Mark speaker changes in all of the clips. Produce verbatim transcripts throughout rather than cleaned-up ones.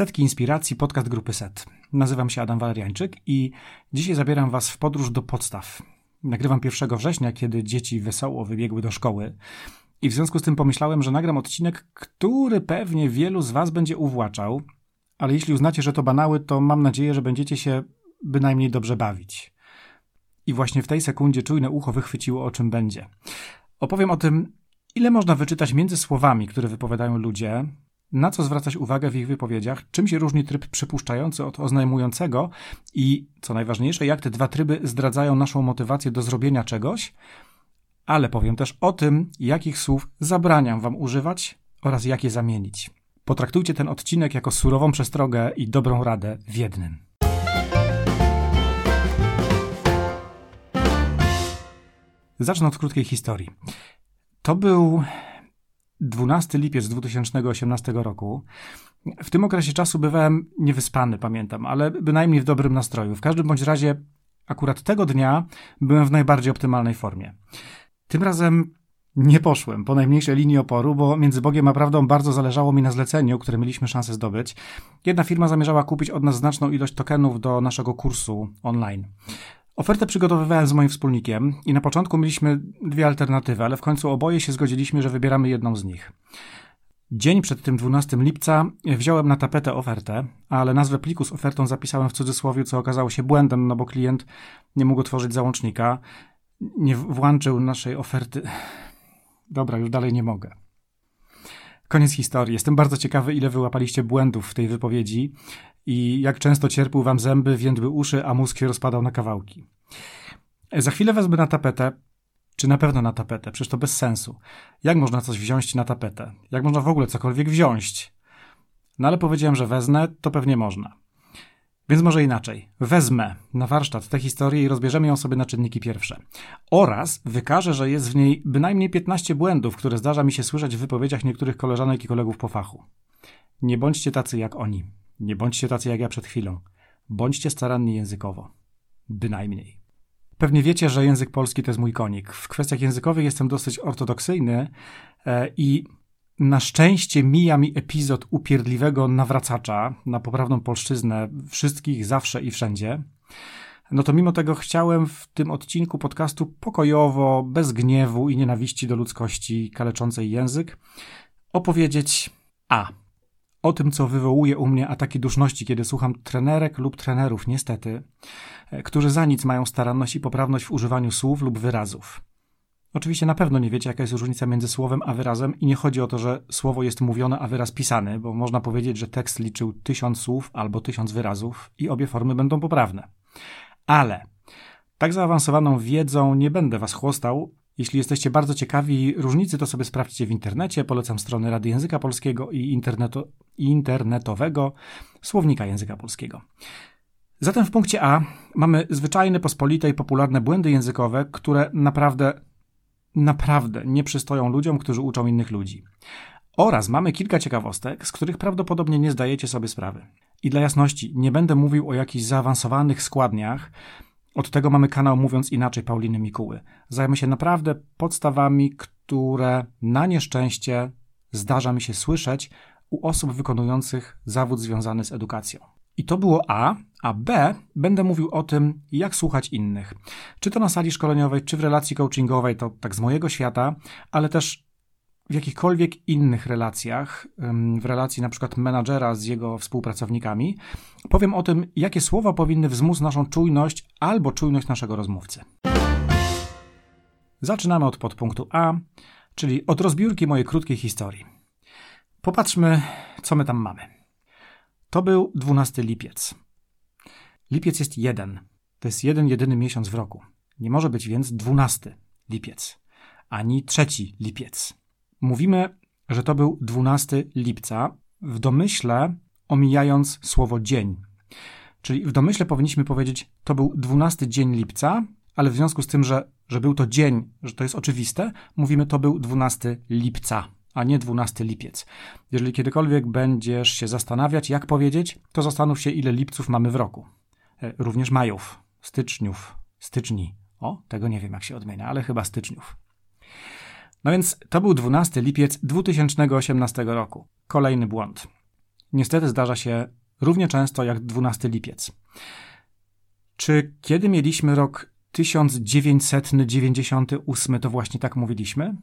Speaker 1: Setki Inspiracji, podcast Grupy Set. Nazywam się Adam Waleriańczyk i dzisiaj zabieram Was w podróż do podstaw. Nagrywam pierwszego września, kiedy dzieci wesoło wybiegły do szkoły i w związku z tym pomyślałem, że nagram odcinek, który pewnie wielu z Was będzie uwłaczał, ale jeśli uznacie, że to banały, to mam nadzieję, że będziecie się bynajmniej dobrze bawić. I właśnie w tej sekundzie czujne ucho wychwyciło, o czym będzie. Opowiem o tym, ile można wyczytać między słowami, które wypowiadają ludzie, na co zwracać uwagę w ich wypowiedziach, czym się różni tryb przypuszczający od oznajmującego i, co najważniejsze, jak te dwa tryby zdradzają naszą motywację do zrobienia czegoś, ale powiem też o tym, jakich słów zabraniam Wam używać oraz jak je zamienić. Potraktujcie ten odcinek jako surową przestrogę i dobrą radę w jednym. Zacznę od krótkiej historii. To był dwunastego lipca dwa tysiące osiemnastego roku. W tym okresie czasu bywałem niewyspany, pamiętam, ale bynajmniej w dobrym nastroju. W każdym bądź razie akurat tego dnia byłem w najbardziej optymalnej formie. Tym razem nie poszłem po najmniejszej linii oporu, bo między Bogiem a prawdą bardzo zależało mi na zleceniu, które mieliśmy szansę zdobyć. Jedna firma zamierzała kupić od nas znaczną ilość tokenów do naszego kursu online. Ofertę przygotowywałem z moim wspólnikiem i na początku mieliśmy dwie alternatywy, ale w końcu oboje się zgodziliśmy, że wybieramy jedną z nich. Dzień przed tym dwunastego lipca wziąłem na tapetę ofertę, ale nazwę pliku z ofertą zapisałem w cudzysłowie, co okazało się błędem, no bo klient nie mógł otworzyć załącznika, nie włączył naszej oferty. Dobra, już dalej nie mogę. Koniec historii. Jestem bardzo ciekawy, ile wyłapaliście błędów w tej wypowiedzi i jak często cierpił wam zęby, więdły uszy, a mózg się rozpadał na kawałki. Za chwilę wezmę na tapetę, czy na pewno na tapetę, przecież to bez sensu. Jak można coś wziąć na tapetę? Jak można w ogóle cokolwiek wziąć? No ale powiedziałem, że wezmę, to pewnie można. Więc może inaczej. Wezmę na warsztat tę historię i rozbierzemy ją sobie na czynniki pierwsze. Oraz wykażę, że jest w niej bynajmniej piętnaście błędów, które zdarza mi się słyszeć w wypowiedziach niektórych koleżanek i kolegów po fachu. Nie bądźcie tacy jak oni. Nie bądźcie tacy jak ja przed chwilą. Bądźcie staranni językowo. Bynajmniej. Pewnie wiecie, że język polski to jest mój konik. W kwestiach językowych jestem dosyć ortodoksyjny e, i na szczęście mija mi epizod upierdliwego nawracacza na poprawną polszczyznę wszystkich, zawsze i wszędzie. No to mimo tego chciałem w tym odcinku podcastu pokojowo, bez gniewu i nienawiści do ludzkości kaleczącej język opowiedzieć a. o tym, co wywołuje u mnie ataki duszności, kiedy słucham trenerek lub trenerów, niestety, którzy za nic mają staranność i poprawność w używaniu słów lub wyrazów. Oczywiście na pewno nie wiecie, jaka jest różnica między słowem a wyrazem i nie chodzi o to, że słowo jest mówione, a wyraz pisany, bo można powiedzieć, że tekst liczył tysiąc słów albo tysiąc wyrazów i obie formy będą poprawne. Ale tak zaawansowaną wiedzą nie będę was chłostał. Jeśli jesteście bardzo ciekawi różnicy, to sobie sprawdźcie w internecie. Polecam strony Rady Języka Polskiego i interneto, internetowego Słownika Języka Polskiego. Zatem w punkcie A mamy zwyczajne, pospolite i popularne błędy językowe, które naprawdę, naprawdę nie przystoją ludziom, którzy uczą innych ludzi. Oraz mamy kilka ciekawostek, z których prawdopodobnie nie zdajecie sobie sprawy. I dla jasności, nie będę mówił o jakichś zaawansowanych składniach. Od tego mamy kanał Mówiąc Inaczej Pauliny Mikuły. Zajmę się naprawdę podstawami, które na nieszczęście zdarza mi się słyszeć u osób wykonujących zawód związany z edukacją. I to było A, a B będę mówił o tym, jak słuchać innych. Czy to na sali szkoleniowej, czy w relacji coachingowej, to tak z mojego świata, ale też w jakichkolwiek innych relacjach, w relacji na przykład menadżera z jego współpracownikami, powiem o tym, jakie słowa powinny wzmóc naszą czujność albo czujność naszego rozmówcy. Zaczynamy od podpunktu A, czyli od rozbiórki mojej krótkiej historii. Popatrzmy, co my tam mamy. To był dwunasty lipiec. Lipiec jest jeden. To jest jeden, jedyny miesiąc w roku. Nie może być więc dwunasty lipiec, ani trzeci lipiec. Mówimy, że to był dwunastego lipca, w domyśle omijając słowo dzień. Czyli w domyśle powinniśmy powiedzieć, to był dwunasty dzień lipca, ale w związku z tym, że, że był to dzień, że to jest oczywiste, mówimy, to był dwunastego lipca, a nie dwunasty lipiec. Jeżeli kiedykolwiek będziesz się zastanawiać, jak powiedzieć, to zastanów się, ile lipców mamy w roku. Również majów, styczniów, styczni. O, tego nie wiem, jak się odmienia, ale chyba styczniów. No więc to był dwunasty lipiec dwa tysiące osiemnastego roku. Kolejny błąd. Niestety zdarza się równie często jak dwunasty lipiec. Czy kiedy mieliśmy rok tysiąc dziewięćset dziewięćdziesiąty ósmy, to właśnie tak mówiliśmy?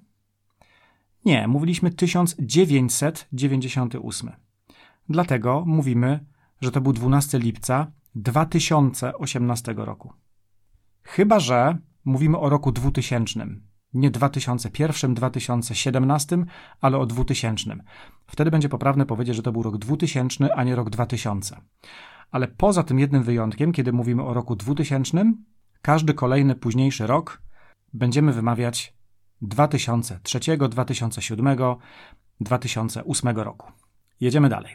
Speaker 1: Nie, mówiliśmy tysiąc dziewięćset dziewięćdziesiąty ósmy. Dlatego mówimy, że to był dwunastego lipca dwa tysiące osiemnastego roku. Chyba że mówimy o roku dwutysięcznym. Nie dwa tysiące pierwszym, dwa tysiące siedemnastym, ale o dwutysięcznym. Wtedy będzie poprawne powiedzieć, że to był rok dwutysięczny, a nie rok dwa tysiące. Ale poza tym jednym wyjątkiem, kiedy mówimy o roku dwutysięcznym, każdy kolejny późniejszy rok będziemy wymawiać dwa tysiące trzeciego, dwa tysiące siódmego, dwa tysiące ósmego roku. Jedziemy dalej.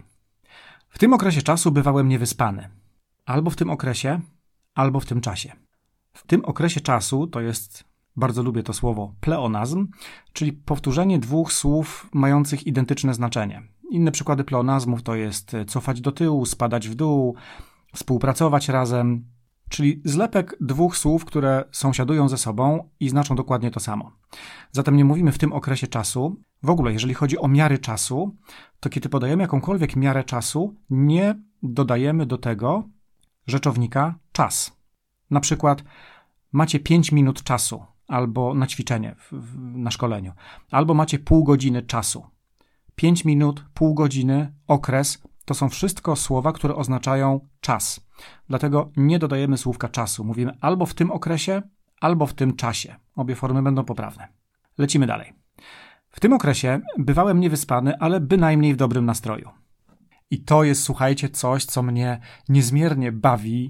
Speaker 1: W tym okresie czasu bywałem niewyspany. Albo w tym okresie, albo w tym czasie. W tym okresie czasu to jest, bardzo lubię to słowo, pleonazm, czyli powtórzenie dwóch słów mających identyczne znaczenie. Inne przykłady pleonazmów to jest cofać do tyłu, spadać w dół, współpracować razem, czyli zlepek dwóch słów, które sąsiadują ze sobą i znaczą dokładnie to samo. Zatem nie mówimy w tym okresie czasu. W ogóle, jeżeli chodzi o miary czasu, to kiedy podajemy jakąkolwiek miarę czasu, nie dodajemy do tego rzeczownika czas. Na przykład macie pięć minut czasu albo na ćwiczenie w, w, na szkoleniu, albo macie pół godziny czasu. pięć minut, pół godziny, okres to są wszystko słowa, które oznaczają czas. Dlatego nie dodajemy słówka czasu. Mówimy albo w tym okresie, albo w tym czasie. Obie formy będą poprawne. Lecimy dalej. W tym okresie bywałem niewyspany, ale bynajmniej w dobrym nastroju. I to jest, słuchajcie, coś, co mnie niezmiernie bawi.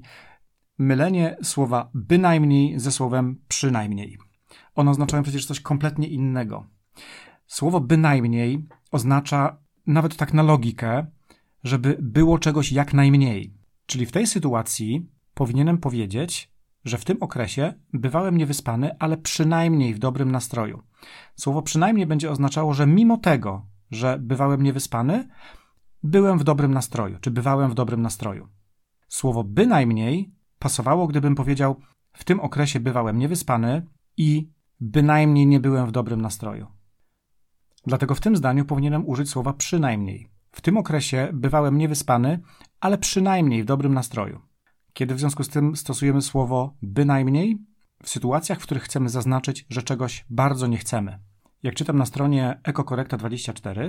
Speaker 1: Mylenie słowa bynajmniej ze słowem przynajmniej. One oznaczają przecież coś kompletnie innego. Słowo bynajmniej oznacza, nawet tak na logikę, żeby było czegoś jak najmniej. Czyli w tej sytuacji powinienem powiedzieć, że w tym okresie bywałem niewyspany, ale przynajmniej w dobrym nastroju. Słowo przynajmniej będzie oznaczało, że mimo tego, że bywałem niewyspany, byłem w dobrym nastroju, czy bywałem w dobrym nastroju. Słowo bynajmniej pasowało, gdybym powiedział, w tym okresie bywałem niewyspany i bynajmniej nie byłem w dobrym nastroju. Dlatego w tym zdaniu powinienem użyć słowa przynajmniej. W tym okresie bywałem niewyspany, ale przynajmniej w dobrym nastroju. Kiedy w związku z tym stosujemy słowo bynajmniej w sytuacjach, w których chcemy zaznaczyć, że czegoś bardzo nie chcemy. Jak czytam na stronie ekokorekta dwadzieścia cztery,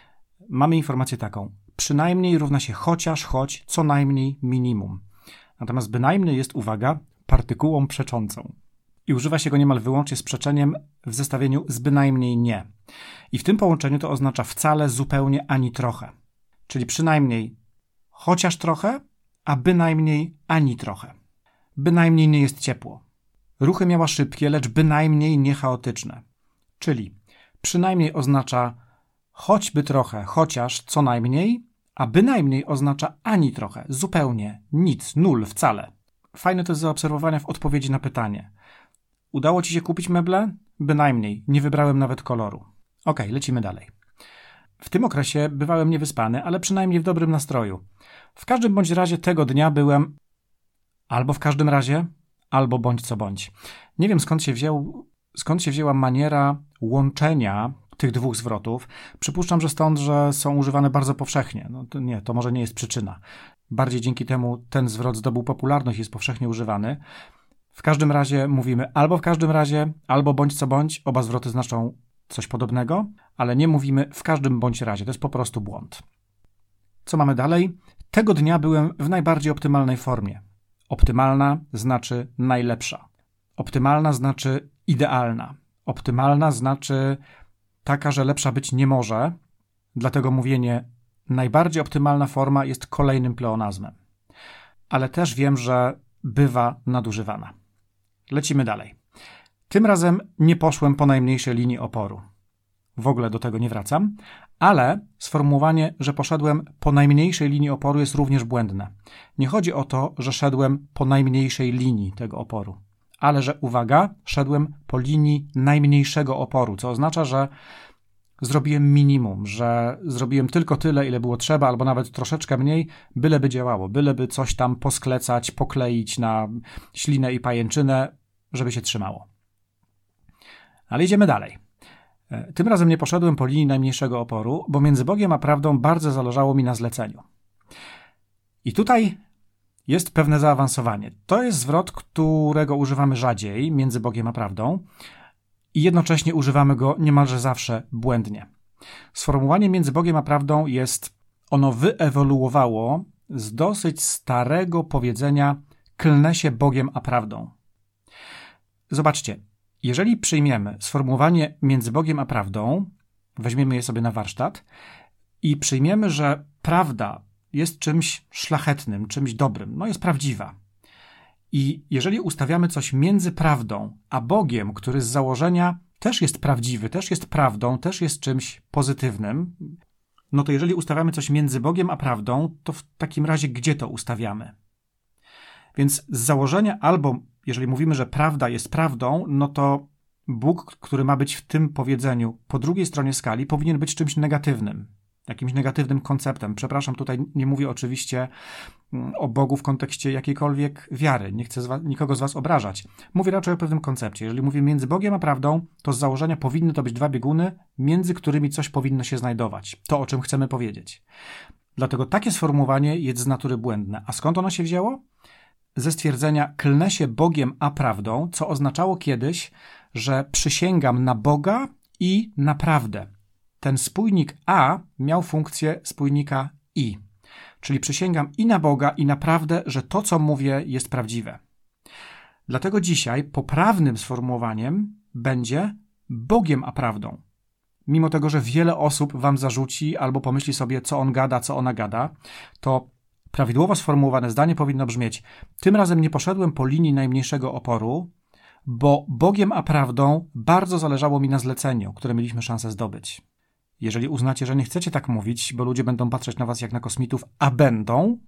Speaker 1: mamy informację taką. Przynajmniej równa się chociaż, choć, co najmniej, minimum. Natomiast bynajmniej jest, uwaga, partykułą przeczącą. I używa się go niemal wyłącznie z przeczeniem w zestawieniu z bynajmniej nie. I w tym połączeniu to oznacza wcale, zupełnie, ani trochę. Czyli przynajmniej chociaż trochę, a bynajmniej ani trochę. Bynajmniej nie jest ciepło. Ruchy miała szybkie, lecz bynajmniej nie chaotyczne. Czyli przynajmniej oznacza choćby trochę, chociaż, co najmniej, a bynajmniej oznacza ani trochę, zupełnie, nic, nul, wcale. Fajne to jest zaobserwowania w odpowiedzi na pytanie. Udało ci się kupić meble? Bynajmniej, nie wybrałem nawet koloru. Okej, okay, lecimy dalej. W tym okresie bywałem niewyspany, ale przynajmniej w dobrym nastroju. W każdym bądź razie tego dnia byłem albo w każdym razie, albo bądź co bądź. Nie wiem skąd się wziął, skąd się wzięła maniera łączenia tych dwóch zwrotów. Przypuszczam, że stąd, że są używane bardzo powszechnie. No to nie, to może nie jest przyczyna. Bardziej dzięki temu ten zwrot zdobył popularność, jest powszechnie używany. W każdym razie mówimy albo w każdym razie, albo bądź co bądź. Oba zwroty znaczą coś podobnego, ale nie mówimy w każdym bądź razie. To jest po prostu błąd. Co mamy dalej? Tego dnia byłem w najbardziej optymalnej formie. Optymalna znaczy najlepsza. Optymalna znaczy idealna. Optymalna znaczy taka, że lepsza być nie może. Dlatego mówienie najbardziej optymalna forma jest kolejnym pleonazmem. Ale też wiem, że bywa nadużywana. Lecimy dalej. Tym razem nie poszłem po najmniejszej linii oporu. W ogóle do tego nie wracam, ale sformułowanie, że poszedłem po najmniejszej linii oporu jest również błędne. Nie chodzi o to, że szedłem po najmniejszej linii tego oporu, ale że, uwaga, szedłem po linii najmniejszego oporu, co oznacza, że zrobiłem minimum, że zrobiłem tylko tyle, ile było trzeba, albo nawet troszeczkę mniej, byleby działało, byleby coś tam posklecać, pokleić na ślinę i pajęczynę, żeby się trzymało. Ale idziemy dalej. Tym razem nie poszedłem po linii najmniejszego oporu, bo między Bogiem a prawdą bardzo zależało mi na zleceniu. I tutaj jest pewne zaawansowanie. To jest zwrot, którego używamy rzadziej między Bogiem a prawdą i jednocześnie używamy go niemalże zawsze błędnie. Sformułowanie między Bogiem a prawdą jest, ono wyewoluowało z dosyć starego powiedzenia klnę się Bogiem a prawdą. Zobaczcie, jeżeli przyjmiemy sformułowanie między Bogiem a prawdą, weźmiemy je sobie na warsztat i przyjmiemy, że prawda jest czymś szlachetnym, czymś dobrym, no jest prawdziwa. I jeżeli ustawiamy coś między prawdą a Bogiem, który z założenia też jest prawdziwy, też jest prawdą, też jest czymś pozytywnym, no to jeżeli ustawiamy coś między Bogiem a prawdą, to w takim razie gdzie to ustawiamy? Więc z założenia albo, jeżeli mówimy, że prawda jest prawdą, no to Bóg, który ma być w tym powiedzeniu po drugiej stronie skali, powinien być czymś negatywnym, jakimś negatywnym konceptem. Przepraszam, tutaj nie mówię oczywiście o Bogu w kontekście jakiejkolwiek wiary. Nie chcę z was, nikogo z was obrażać. Mówię raczej o pewnym koncepcie. Jeżeli mówię między Bogiem a prawdą, to z założenia powinny to być dwa bieguny, między którymi coś powinno się znajdować. To, o czym chcemy powiedzieć. Dlatego takie sformułowanie jest z natury błędne. A skąd ono się wzięło? Ze stwierdzenia klnę się Bogiem a prawdą, co oznaczało kiedyś, że przysięgam na Boga i na prawdę. Ten spójnik a miał funkcję spójnika i. Czyli przysięgam i na Boga, i na prawdę, że to, co mówię, jest prawdziwe. Dlatego dzisiaj poprawnym sformułowaniem będzie Bogiem a prawdą. Mimo tego, że wiele osób wam zarzuci albo pomyśli sobie, co on gada, co ona gada, to prawidłowo sformułowane zdanie powinno brzmieć: tym razem nie poszedłem po linii najmniejszego oporu, bo Bogiem a prawdą bardzo zależało mi na zleceniu, które mieliśmy szansę zdobyć. Jeżeli uznacie, że nie chcecie tak mówić, bo ludzie będą patrzeć na was jak na kosmitów, a będą,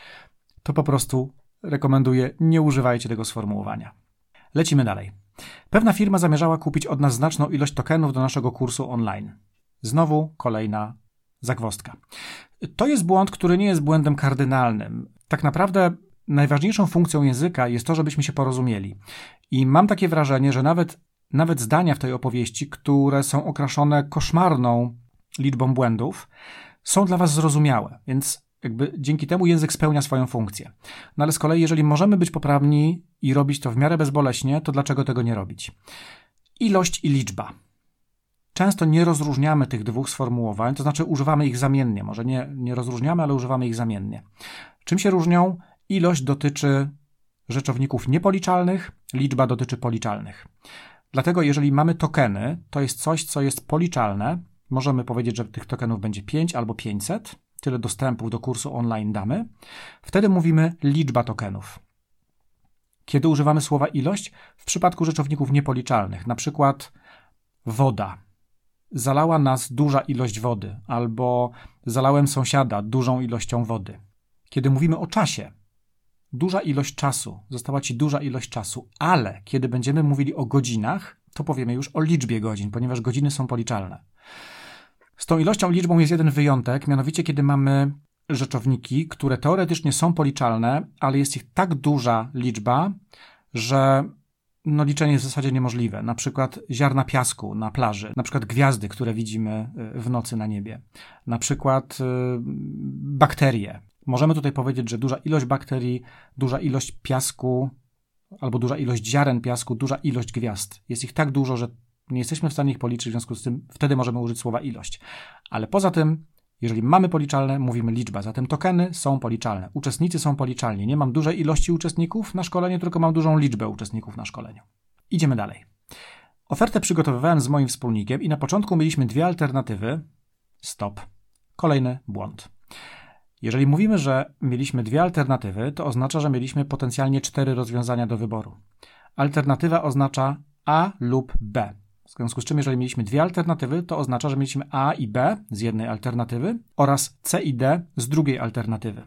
Speaker 1: to po prostu rekomenduję, nie używajcie tego sformułowania. Lecimy dalej. Pewna firma zamierzała kupić od nas znaczną ilość tokenów do naszego kursu online. Znowu kolejna zagwozdka. To jest błąd, który nie jest błędem kardynalnym. Tak naprawdę najważniejszą funkcją języka jest to, żebyśmy się porozumieli. I mam takie wrażenie, że nawet, nawet zdania w tej opowieści, które są okraszone koszmarną liczbą błędów, są dla was zrozumiałe, więc jakby dzięki temu język spełnia swoją funkcję. No ale z kolei, jeżeli możemy być poprawni i robić to w miarę bezboleśnie, to dlaczego tego nie robić? Ilość i liczba. Często nie rozróżniamy tych dwóch sformułowań, to znaczy używamy ich zamiennie. Może nie, nie rozróżniamy, ale używamy ich zamiennie. Czym się różnią? Ilość dotyczy rzeczowników niepoliczalnych, liczba dotyczy policzalnych. Dlatego jeżeli mamy tokeny, to jest coś, co jest policzalne. Możemy powiedzieć, że tych tokenów będzie pięć albo pięćset. Tyle dostępów do kursu online damy. Wtedy mówimy liczba tokenów. Kiedy używamy słowa ilość? W przypadku rzeczowników niepoliczalnych. Na przykład woda. Zalała nas duża ilość wody, albo zalałem sąsiada dużą ilością wody. Kiedy mówimy o czasie, duża ilość czasu, została ci duża ilość czasu, ale kiedy będziemy mówili o godzinach, to powiemy już o liczbie godzin, ponieważ godziny są policzalne. Z tą ilością i liczbą jest jeden wyjątek, mianowicie kiedy mamy rzeczowniki, które teoretycznie są policzalne, ale jest ich tak duża liczba, że no, liczenie jest w zasadzie niemożliwe. Na przykład ziarna piasku na plaży, na przykład gwiazdy, które widzimy w nocy na niebie, na przykład yy, bakterie. Możemy tutaj powiedzieć, że duża ilość bakterii, duża ilość piasku albo duża ilość ziaren piasku, duża ilość gwiazd. Jest ich tak dużo, że nie jesteśmy w stanie ich policzyć, w związku z tym wtedy możemy użyć słowa ilość. Ale poza tym, jeżeli mamy policzalne, mówimy liczba. Zatem tokeny są policzalne. Uczestnicy są policzalni. Nie mam dużej ilości uczestników na szkoleniu, tylko mam dużą liczbę uczestników na szkoleniu. Idziemy dalej. Ofertę przygotowywałem z moim wspólnikiem i na początku mieliśmy dwie alternatywy. Stop. Kolejny błąd. Jeżeli mówimy, że mieliśmy dwie alternatywy, to oznacza, że mieliśmy potencjalnie cztery rozwiązania do wyboru. Alternatywa oznacza A lub B. W związku z czym, jeżeli mieliśmy dwie alternatywy, to oznacza, że mieliśmy A i B z jednej alternatywy oraz C i D z drugiej alternatywy.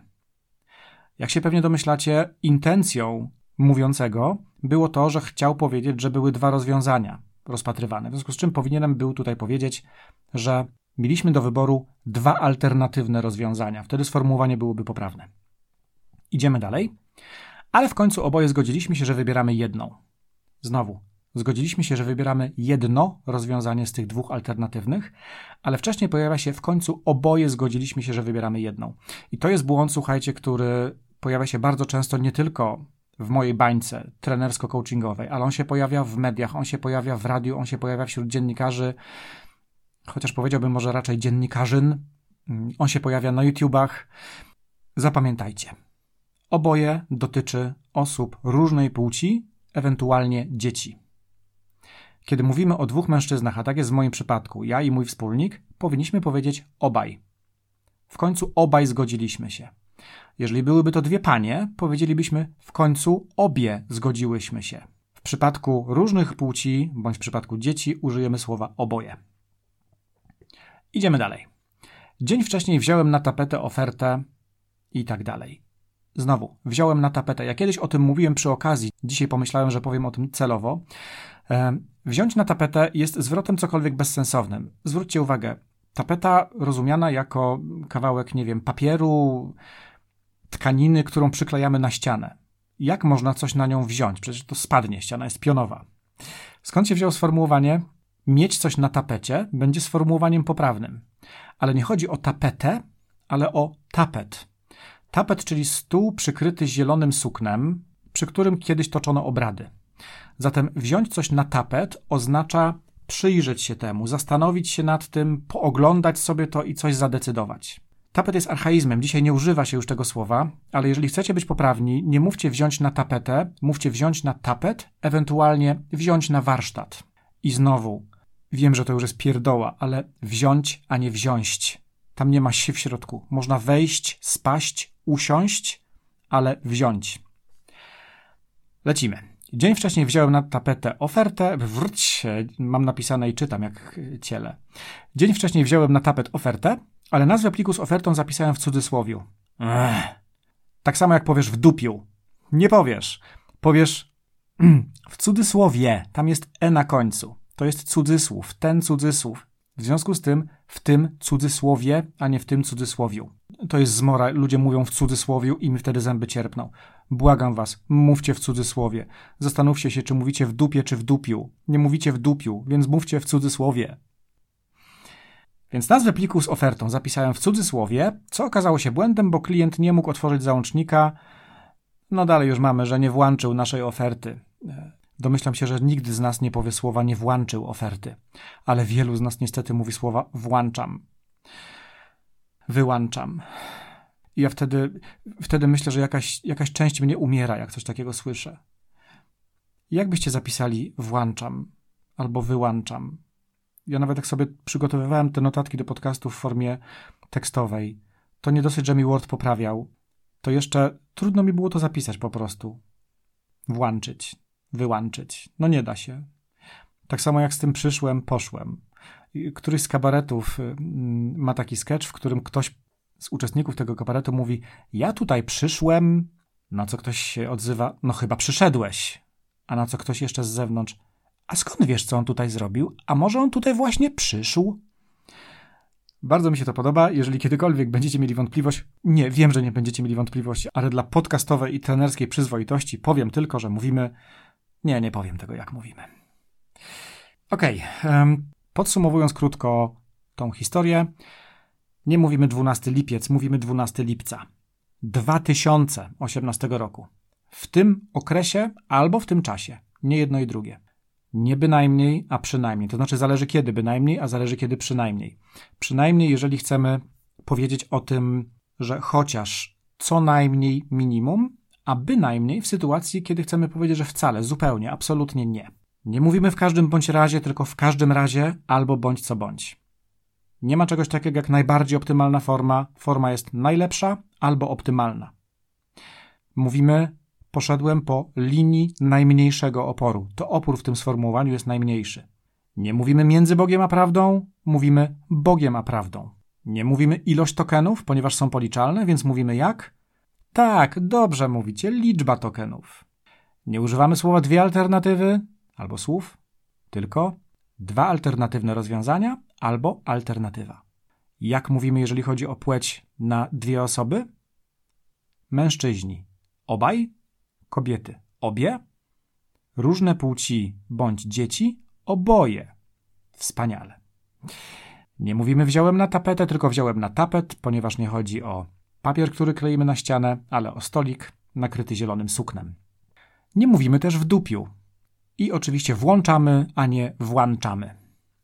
Speaker 1: Jak się pewnie domyślacie, intencją mówiącego było to, że chciał powiedzieć, że były dwa rozwiązania rozpatrywane. W związku z czym powinienem był tutaj powiedzieć, że mieliśmy do wyboru dwa alternatywne rozwiązania. Wtedy sformułowanie byłoby poprawne. Idziemy dalej. Ale w końcu oboje zgodziliśmy się, że wybieramy jedną. Znowu, Zgodziliśmy się, że wybieramy jedno rozwiązanie z tych dwóch alternatywnych, ale wcześniej pojawia się w końcu oboje zgodziliśmy się, że wybieramy jedną. I to jest błąd, słuchajcie, który pojawia się bardzo często nie tylko w mojej bańce trenersko-coachingowej, ale on się pojawia w mediach, on się pojawia w radiu, on się pojawia wśród dziennikarzy, chociaż powiedziałbym może raczej dziennikarzyn. On się pojawia na YouTubach. Zapamiętajcie. Oboje dotyczy osób różnej płci, ewentualnie dzieci. Kiedy mówimy o dwóch mężczyznach, a tak jest w moim przypadku, ja i mój wspólnik, powinniśmy powiedzieć obaj. W końcu obaj zgodziliśmy się. Jeżeli byłyby to dwie panie, powiedzielibyśmy w końcu obie zgodziłyśmy się. W przypadku różnych płci, bądź w przypadku dzieci, użyjemy słowa oboje. Idziemy dalej. Dzień wcześniej wziąłem na tapetę ofertę i tak dalej. Znowu, wziąłem na tapetę. Ja kiedyś o tym mówiłem przy okazji. Dzisiaj pomyślałem, że powiem o tym celowo. E, wziąć na tapetę jest zwrotem cokolwiek bezsensownym. Zwróćcie uwagę, tapeta rozumiana jako kawałek, nie wiem, papieru, tkaniny, którą przyklejamy na ścianę. Jak można coś na nią wziąć? Przecież to spadnie, ściana jest pionowa. Skąd się wzięło sformułowanie mieć coś na tapecie będzie sformułowaniem poprawnym. Ale nie chodzi o tapetę, ale o tapet. Tapet, czyli stół przykryty zielonym suknem, przy którym kiedyś toczono obrady. Zatem wziąć coś na tapet oznacza przyjrzeć się temu, zastanowić się nad tym, pooglądać sobie to i coś zadecydować. Tapet jest archaizmem, dzisiaj nie używa się już tego słowa, ale jeżeli chcecie być poprawni, nie mówcie wziąć na tapetę, mówcie wziąć na tapet, ewentualnie wziąć na warsztat. I znowu, wiem, że to już jest pierdoła, ale wziąć, a nie wziąć. Tam nie ma się w środku. Można wejść, spaść, usiąść, ale wziąć. Lecimy. Dzień wcześniej wziąłem na tapetę ofertę. Wróć, mam napisane i czytam jak ciele. Dzień wcześniej wziąłem na tapet ofertę, ale nazwę pliku z ofertą zapisałem w cudzysłowiu. Ech. Tak samo jak powiesz w dupiu. Nie powiesz. Powiesz w cudzysłowie. Tam jest e na końcu. To jest cudzysłów, ten cudzysłów. W związku z tym w tym cudzysłowie, a nie w tym cudzysłowiu. To jest zmora. Ludzie mówią w cudzysłowiu i mi wtedy zęby cierpną. Błagam was, mówcie w cudzysłowie. Zastanówcie się, czy mówicie w dupie, czy w dupiu. Nie mówicie w dupiu, więc mówcie w cudzysłowie. Więc nazwę pliku z ofertą zapisałem w cudzysłowie, co okazało się błędem, bo klient nie mógł otworzyć załącznika. No dalej już mamy, że nie włączył naszej oferty. Domyślam się, że nikt z nas nie powie słowa nie włączył oferty, ale wielu z nas niestety mówi słowa włączam, wyłączam. I ja wtedy, wtedy myślę, że jakaś, jakaś część mnie umiera, jak coś takiego słyszę. Jak byście zapisali włączam albo wyłączam? Ja nawet jak sobie przygotowywałem te notatki do podcastu w formie tekstowej, to nie dosyć, że mi Word poprawiał, to jeszcze trudno mi było to zapisać po prostu. Włączyć, wyłączyć. No nie da się. Tak samo jak z tym przyszłem, poszłem. Któryś z kabaretów ma taki sketch, w którym ktoś z uczestników tego kabaretu mówi: ja tutaj przyszłem, na co ktoś się odzywa: no chyba przyszedłeś. A na co ktoś jeszcze z zewnątrz: a skąd wiesz, co on tutaj zrobił? A może on tutaj właśnie przyszł? Bardzo mi się to podoba. Jeżeli kiedykolwiek będziecie mieli wątpliwość, nie, wiem, że nie będziecie mieli wątpliwości, ale dla podcastowej i trenerskiej przyzwoitości powiem tylko, że mówimy... Nie, nie powiem tego, jak mówimy. Okej, okay. Podsumowując krótko tą historię, nie mówimy dwunastego lipiec, mówimy dwunastego lipca dwa tysiące osiemnastego roku. W tym okresie albo w tym czasie. Nie jedno i drugie. Nie bynajmniej, a przynajmniej. To znaczy zależy kiedy bynajmniej, a zależy kiedy przynajmniej. Przynajmniej jeżeli chcemy powiedzieć o tym, że chociaż co najmniej minimum, a bynajmniej w sytuacji, kiedy chcemy powiedzieć, że wcale, zupełnie, absolutnie nie. Nie mówimy w każdym bądź razie, tylko w każdym razie albo bądź co bądź. Nie ma czegoś takiego jak najbardziej optymalna forma. Forma jest najlepsza albo optymalna. Mówimy: poszedłem po linii najmniejszego oporu. To opór w tym sformułowaniu jest najmniejszy. Nie mówimy między Bogiem a prawdą, mówimy Bogiem a prawdą. Nie mówimy ilość tokenów, ponieważ są policzalne, więc mówimy jak? Tak, dobrze mówicie, liczba tokenów. Nie używamy słowa dwie alternatywy albo słów, tylko dwa alternatywne rozwiązania albo alternatywa. Jak mówimy, jeżeli chodzi o płeć na dwie osoby? Mężczyźni obaj, kobiety obie, różne płci bądź dzieci, oboje. Wspaniale. Nie mówimy wziąłem na tapetę, tylko wziąłem na tapet, ponieważ nie chodzi o papier, który kleimy na ścianę, ale o stolik nakryty zielonym suknem. Nie mówimy też w dupiu. I oczywiście włączamy, a nie włączamy.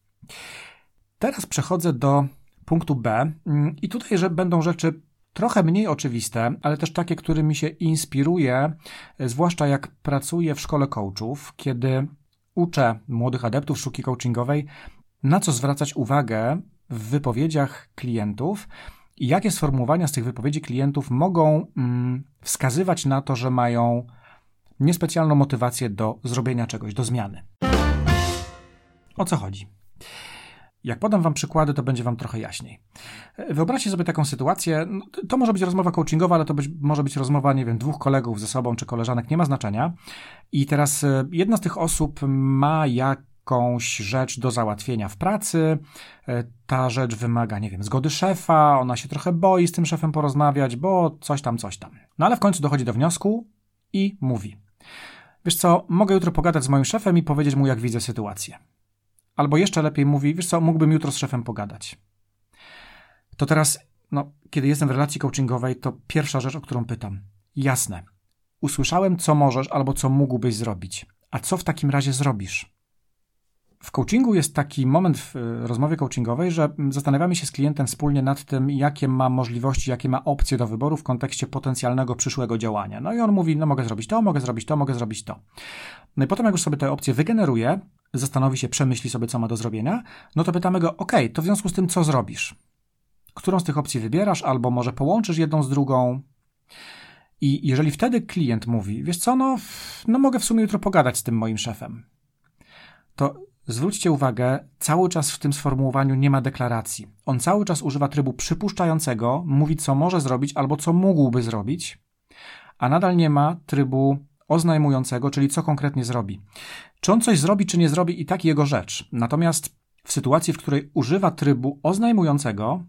Speaker 1: Teraz przechodzę do punktu B i tutaj że będą rzeczy trochę mniej oczywiste, ale też takie, którymi się inspiruję, zwłaszcza jak pracuję w szkole coachów, kiedy uczę młodych adeptów sztuki coachingowej, na co zwracać uwagę w wypowiedziach klientów i jakie sformułowania z tych wypowiedzi klientów mogą mm, wskazywać na to, że mają niespecjalną motywację do zrobienia czegoś, do zmiany. O co chodzi? Jak podam wam przykłady, to będzie wam trochę jaśniej. Wyobraźcie sobie taką sytuację, to może być rozmowa coachingowa, ale to być, może być rozmowa, nie wiem, dwóch kolegów ze sobą, czy koleżanek, nie ma znaczenia. I teraz jedna z tych osób ma jakąś rzecz do załatwienia w pracy, ta rzecz wymaga, nie wiem, zgody szefa, ona się trochę boi z tym szefem porozmawiać, bo coś tam, coś tam. No ale w końcu dochodzi do wniosku i mówi: wiesz co, mogę jutro pogadać z moim szefem i powiedzieć mu, jak widzę sytuację. Albo jeszcze lepiej mówi: wiesz co, mógłbym jutro z szefem pogadać. To teraz, no, kiedy jestem w relacji coachingowej, to pierwsza rzecz, o którą pytam. Jasne, usłyszałem, co możesz albo co mógłbyś zrobić. A co w takim razie zrobisz? W coachingu jest taki moment w rozmowie coachingowej, że zastanawiamy się z klientem wspólnie nad tym, jakie ma możliwości, jakie ma opcje do wyboru w kontekście potencjalnego przyszłego działania. No i on mówi: no mogę zrobić to, mogę zrobić to, mogę zrobić to. No i potem jak już sobie te opcje wygeneruje, zastanowi się, przemyśli sobie, co ma do zrobienia, no to pytamy go: ok, to w związku z tym, co zrobisz? Którą z tych opcji wybierasz, albo może połączysz jedną z drugą? I jeżeli wtedy klient mówi: wiesz co, no, no mogę w sumie jutro pogadać z tym moim szefem, to zwróćcie uwagę, cały czas w tym sformułowaniu nie ma deklaracji. On cały czas używa trybu przypuszczającego, mówi, co może zrobić albo co mógłby zrobić, a nadal nie ma trybu oznajmującego, czyli co konkretnie zrobi. Czy on coś zrobi, czy nie zrobi, i tak jego rzecz. Natomiast w sytuacji, w której używa trybu oznajmującego,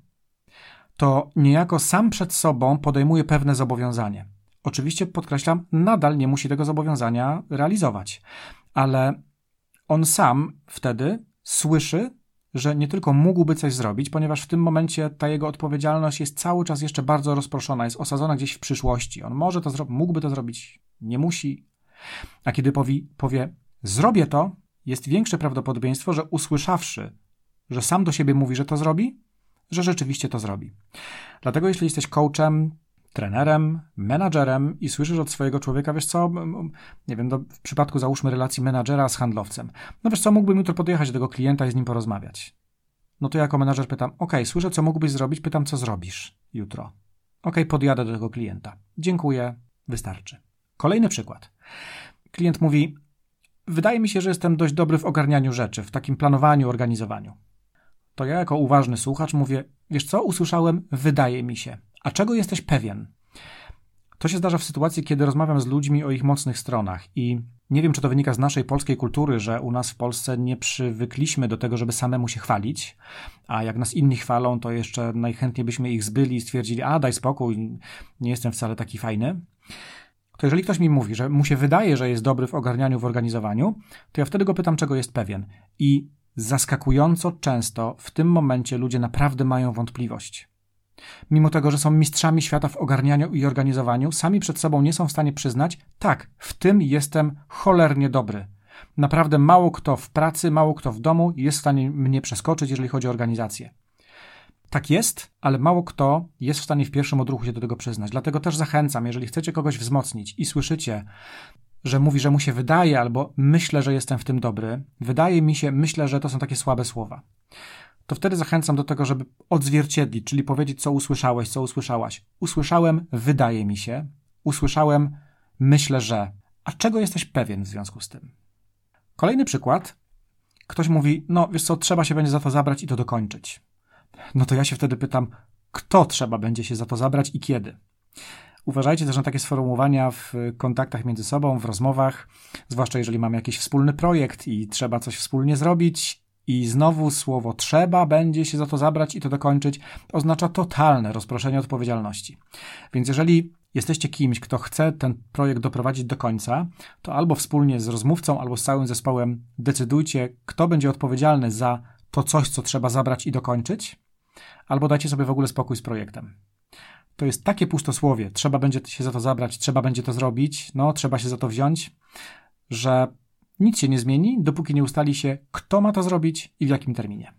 Speaker 1: to niejako sam przed sobą podejmuje pewne zobowiązanie. Oczywiście, podkreślam, nadal nie musi tego zobowiązania realizować, ale on sam wtedy słyszy, że nie tylko mógłby coś zrobić, ponieważ w tym momencie ta jego odpowiedzialność jest cały czas jeszcze bardzo rozproszona, jest osadzona gdzieś w przyszłości. On może to zrobić, mógłby to zrobić, nie musi. A kiedy powie, powie zrobię to, jest większe prawdopodobieństwo, że usłyszawszy, że sam do siebie mówi, że to zrobi, że rzeczywiście to zrobi. Dlatego jeśli jesteś coachem, trenerem, menadżerem i słyszysz od swojego człowieka: wiesz co, nie wiem, no w przypadku załóżmy relacji menadżera z handlowcem, no wiesz co, mógłbym jutro podjechać do tego klienta i z nim porozmawiać. No to jako menadżer pytam: ok, słyszę, co mógłbyś zrobić, pytam, co zrobisz jutro. Ok, podjadę do tego klienta. Dziękuję, wystarczy. Kolejny przykład. Klient mówi: wydaje mi się, że jestem dość dobry w ogarnianiu rzeczy, w takim planowaniu, organizowaniu. To ja jako uważny słuchacz mówię: wiesz co, usłyszałem, wydaje mi się. A czego jesteś pewien? To się zdarza w sytuacji, kiedy rozmawiam z ludźmi o ich mocnych stronach i nie wiem, czy to wynika z naszej polskiej kultury, że u nas w Polsce nie przywykliśmy do tego, żeby samemu się chwalić, a jak nas inni chwalą, to jeszcze najchętniej byśmy ich zbyli i stwierdzili: a daj spokój, nie jestem wcale taki fajny. To jeżeli ktoś mi mówi, że mu się wydaje, że jest dobry w ogarnianiu, w organizowaniu, to ja wtedy go pytam, czego jest pewien. I zaskakująco często w tym momencie ludzie naprawdę mają wątpliwość. Mimo tego, że są mistrzami świata w ogarnianiu i organizowaniu, sami przed sobą nie są w stanie przyznać: tak, w tym jestem cholernie dobry. Naprawdę mało kto w pracy, mało kto w domu jest w stanie mnie przeskoczyć, jeżeli chodzi o organizację. Tak jest, ale mało kto jest w stanie w pierwszym odruchu się do tego przyznać. Dlatego też zachęcam, jeżeli chcecie kogoś wzmocnić i słyszycie, że mówi, że mu się wydaje, albo myślę, że jestem w tym dobry, wydaje mi się, myślę, że to są takie słabe słowa, to wtedy zachęcam do tego, żeby odzwierciedlić, czyli powiedzieć, co usłyszałeś, co usłyszałaś. Usłyszałem, wydaje mi się, usłyszałem, myślę, że. A czego jesteś pewien w związku z tym? Kolejny przykład. Ktoś mówi: no wiesz co, trzeba się będzie za to zabrać i to dokończyć. No to ja się wtedy pytam, kto trzeba będzie się za to zabrać i kiedy? Uważajcie też na takie sformułowania w kontaktach między sobą, w rozmowach, zwłaszcza jeżeli mamy jakiś wspólny projekt i trzeba coś wspólnie zrobić i znowu słowo trzeba będzie się za to zabrać i to dokończyć oznacza totalne rozproszenie odpowiedzialności. Więc jeżeli jesteście kimś, kto chce ten projekt doprowadzić do końca, to albo wspólnie z rozmówcą, albo z całym zespołem decydujcie, kto będzie odpowiedzialny za to coś, co trzeba zabrać i dokończyć, albo dajcie sobie w ogóle spokój z projektem. To jest takie pustosłowie, trzeba będzie się za to zabrać, trzeba będzie to zrobić, no trzeba się za to wziąć, że nic się nie zmieni, dopóki nie ustali się, kto ma to zrobić i w jakim terminie.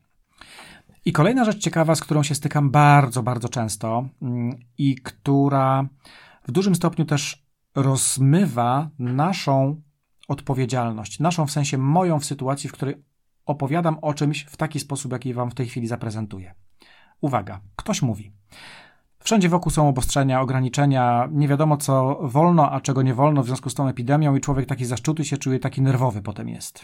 Speaker 1: I kolejna rzecz ciekawa, z którą się stykam bardzo, bardzo często i która w dużym stopniu też rozmywa naszą odpowiedzialność, naszą w sensie moją w sytuacji, w której opowiadam o czymś w taki sposób, jaki wam w tej chwili zaprezentuję. Uwaga, ktoś mówi: wszędzie wokół są obostrzenia, ograniczenia, nie wiadomo co wolno, a czego nie wolno w związku z tą epidemią i człowiek taki zaszczuty się czuje, taki nerwowy potem jest.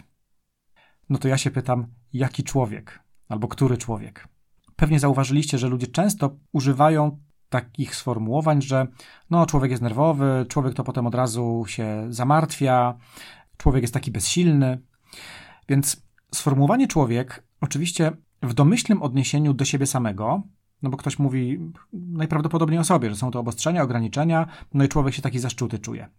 Speaker 1: No to ja się pytam, jaki człowiek? Albo który człowiek? Pewnie zauważyliście, że ludzie często używają takich sformułowań, że no człowiek jest nerwowy, człowiek to potem od razu się zamartwia, człowiek jest taki bezsilny. Więc sformułowanie człowiek oczywiście w domyślnym odniesieniu do siebie samego, no bo ktoś mówi najprawdopodobniej o sobie, że są to obostrzenia, ograniczenia, no i człowiek się taki zaszczuty czuje.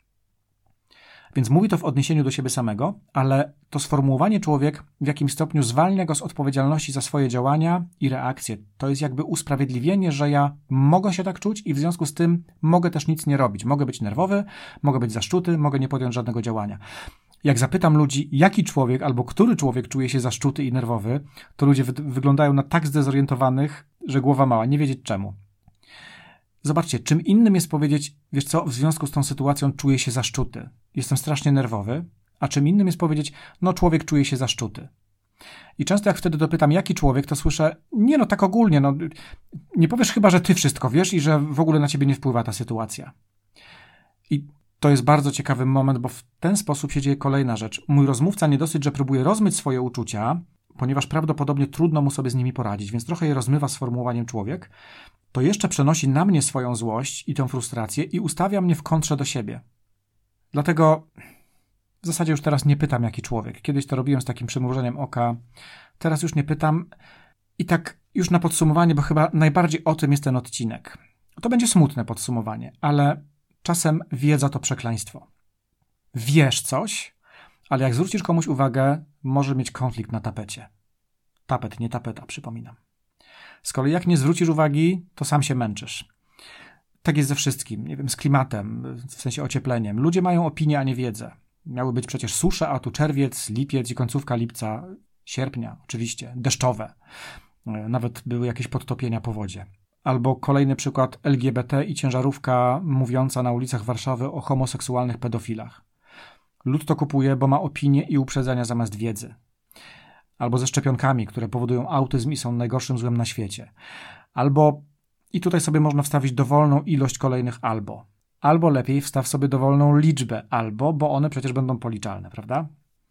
Speaker 1: Więc mówi to w odniesieniu do siebie samego, ale to sformułowanie człowiek w jakimś stopniu zwalnia go z odpowiedzialności za swoje działania i reakcje. To jest jakby usprawiedliwienie, że ja mogę się tak czuć i w związku z tym mogę też nic nie robić. Mogę być nerwowy, mogę być zaszczuty, mogę nie podjąć żadnego działania. Jak zapytam ludzi, jaki człowiek albo który człowiek czuje się zaszczuty i nerwowy, to ludzie wy- wyglądają na tak zdezorientowanych, że głowa mała, nie wiedzieć czemu. Zobaczcie, czym innym jest powiedzieć, wiesz co, w związku z tą sytuacją czuję się zaszczuty, jestem strasznie nerwowy, a czym innym jest powiedzieć, no człowiek czuje się zaszczuty. I często jak wtedy dopytam, jaki człowiek, to słyszę, nie no, tak ogólnie, no nie powiesz chyba, że ty wszystko wiesz i że w ogóle na ciebie nie wpływa ta sytuacja. I to jest bardzo ciekawy moment, bo w ten sposób się dzieje kolejna rzecz. Mój rozmówca nie dosyć, że próbuje rozmyć swoje uczucia, ponieważ prawdopodobnie trudno mu sobie z nimi poradzić, więc trochę je rozmywa sformułowaniem człowiek, to jeszcze przenosi na mnie swoją złość i tę frustrację i ustawia mnie w kontrze do siebie. Dlatego w zasadzie już teraz nie pytam, jaki człowiek. Kiedyś to robiłem z takim przymrużeniem oka, teraz już nie pytam. I tak już na podsumowanie, bo chyba najbardziej o tym jest ten odcinek. To będzie smutne podsumowanie, ale czasem wiedza to przekleństwo. Wiesz coś, ale jak zwrócisz komuś uwagę, może mieć konflikt na tapecie. Tapet, nie tapeta, przypominam. Z kolei jak nie zwrócisz uwagi, to sam się męczysz. Tak jest ze wszystkim, nie wiem, z klimatem, w sensie ociepleniem. Ludzie mają opinię, a nie wiedzę. Miały być przecież susze, a tu czerwiec, lipiec i końcówka lipca, sierpnia oczywiście, deszczowe. Nawet były jakieś podtopienia po wodzie. Albo kolejny przykład L G B T i ciężarówka mówiąca na ulicach Warszawy o homoseksualnych pedofilach. Lud to kupuje, bo ma opinię i uprzedzenia zamiast wiedzy. Albo ze szczepionkami, które powodują autyzm i są najgorszym złem na świecie. Albo, i tutaj sobie można wstawić dowolną ilość kolejnych albo. Albo lepiej wstaw sobie dowolną liczbę albo, bo one przecież będą policzalne, prawda?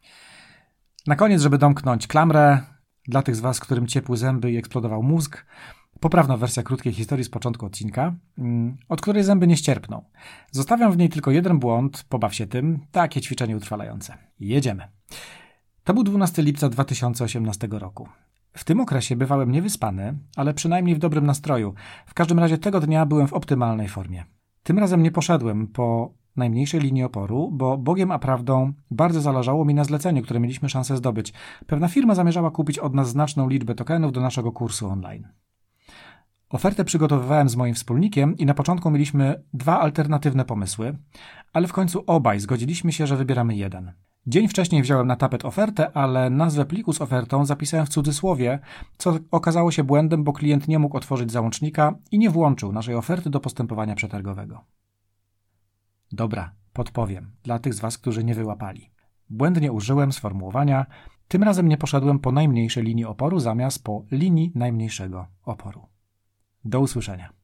Speaker 1: Na koniec, żeby domknąć klamrę, dla tych z was, którym ciepły zęby i eksplodował mózg, poprawna wersja krótkiej historii z początku odcinka, od której zęby nie ścierpną. Zostawiam w niej tylko jeden błąd, pobaw się tym, takie ćwiczenie utrwalające. Jedziemy. To był dwunastego lipca dwa tysiące osiemnastego roku. W tym okresie bywałem niewyspany, ale przynajmniej w dobrym nastroju. W każdym razie tego dnia byłem w optymalnej formie. Tym razem nie poszedłem po najmniejszej linii oporu, bo Bogiem a prawdą bardzo zależało mi na zleceniu, które mieliśmy szansę zdobyć. Pewna firma zamierzała kupić od nas znaczną liczbę tokenów do naszego kursu online. Ofertę przygotowywałem z moim wspólnikiem i na początku mieliśmy dwa alternatywne pomysły, ale w końcu obaj zgodziliśmy się, że wybieramy jeden. Dzień wcześniej wziąłem na tapet ofertę, ale nazwę pliku z ofertą zapisałem w cudzysłowie, co okazało się błędem, bo klient nie mógł otworzyć załącznika i nie włączył naszej oferty do postępowania przetargowego. Dobra, podpowiem, dla tych z was, którzy nie wyłapali. Błędnie użyłem sformułowania, tym razem nie poszedłem po najmniejszej linii oporu zamiast po linii najmniejszego oporu. Do usłyszenia.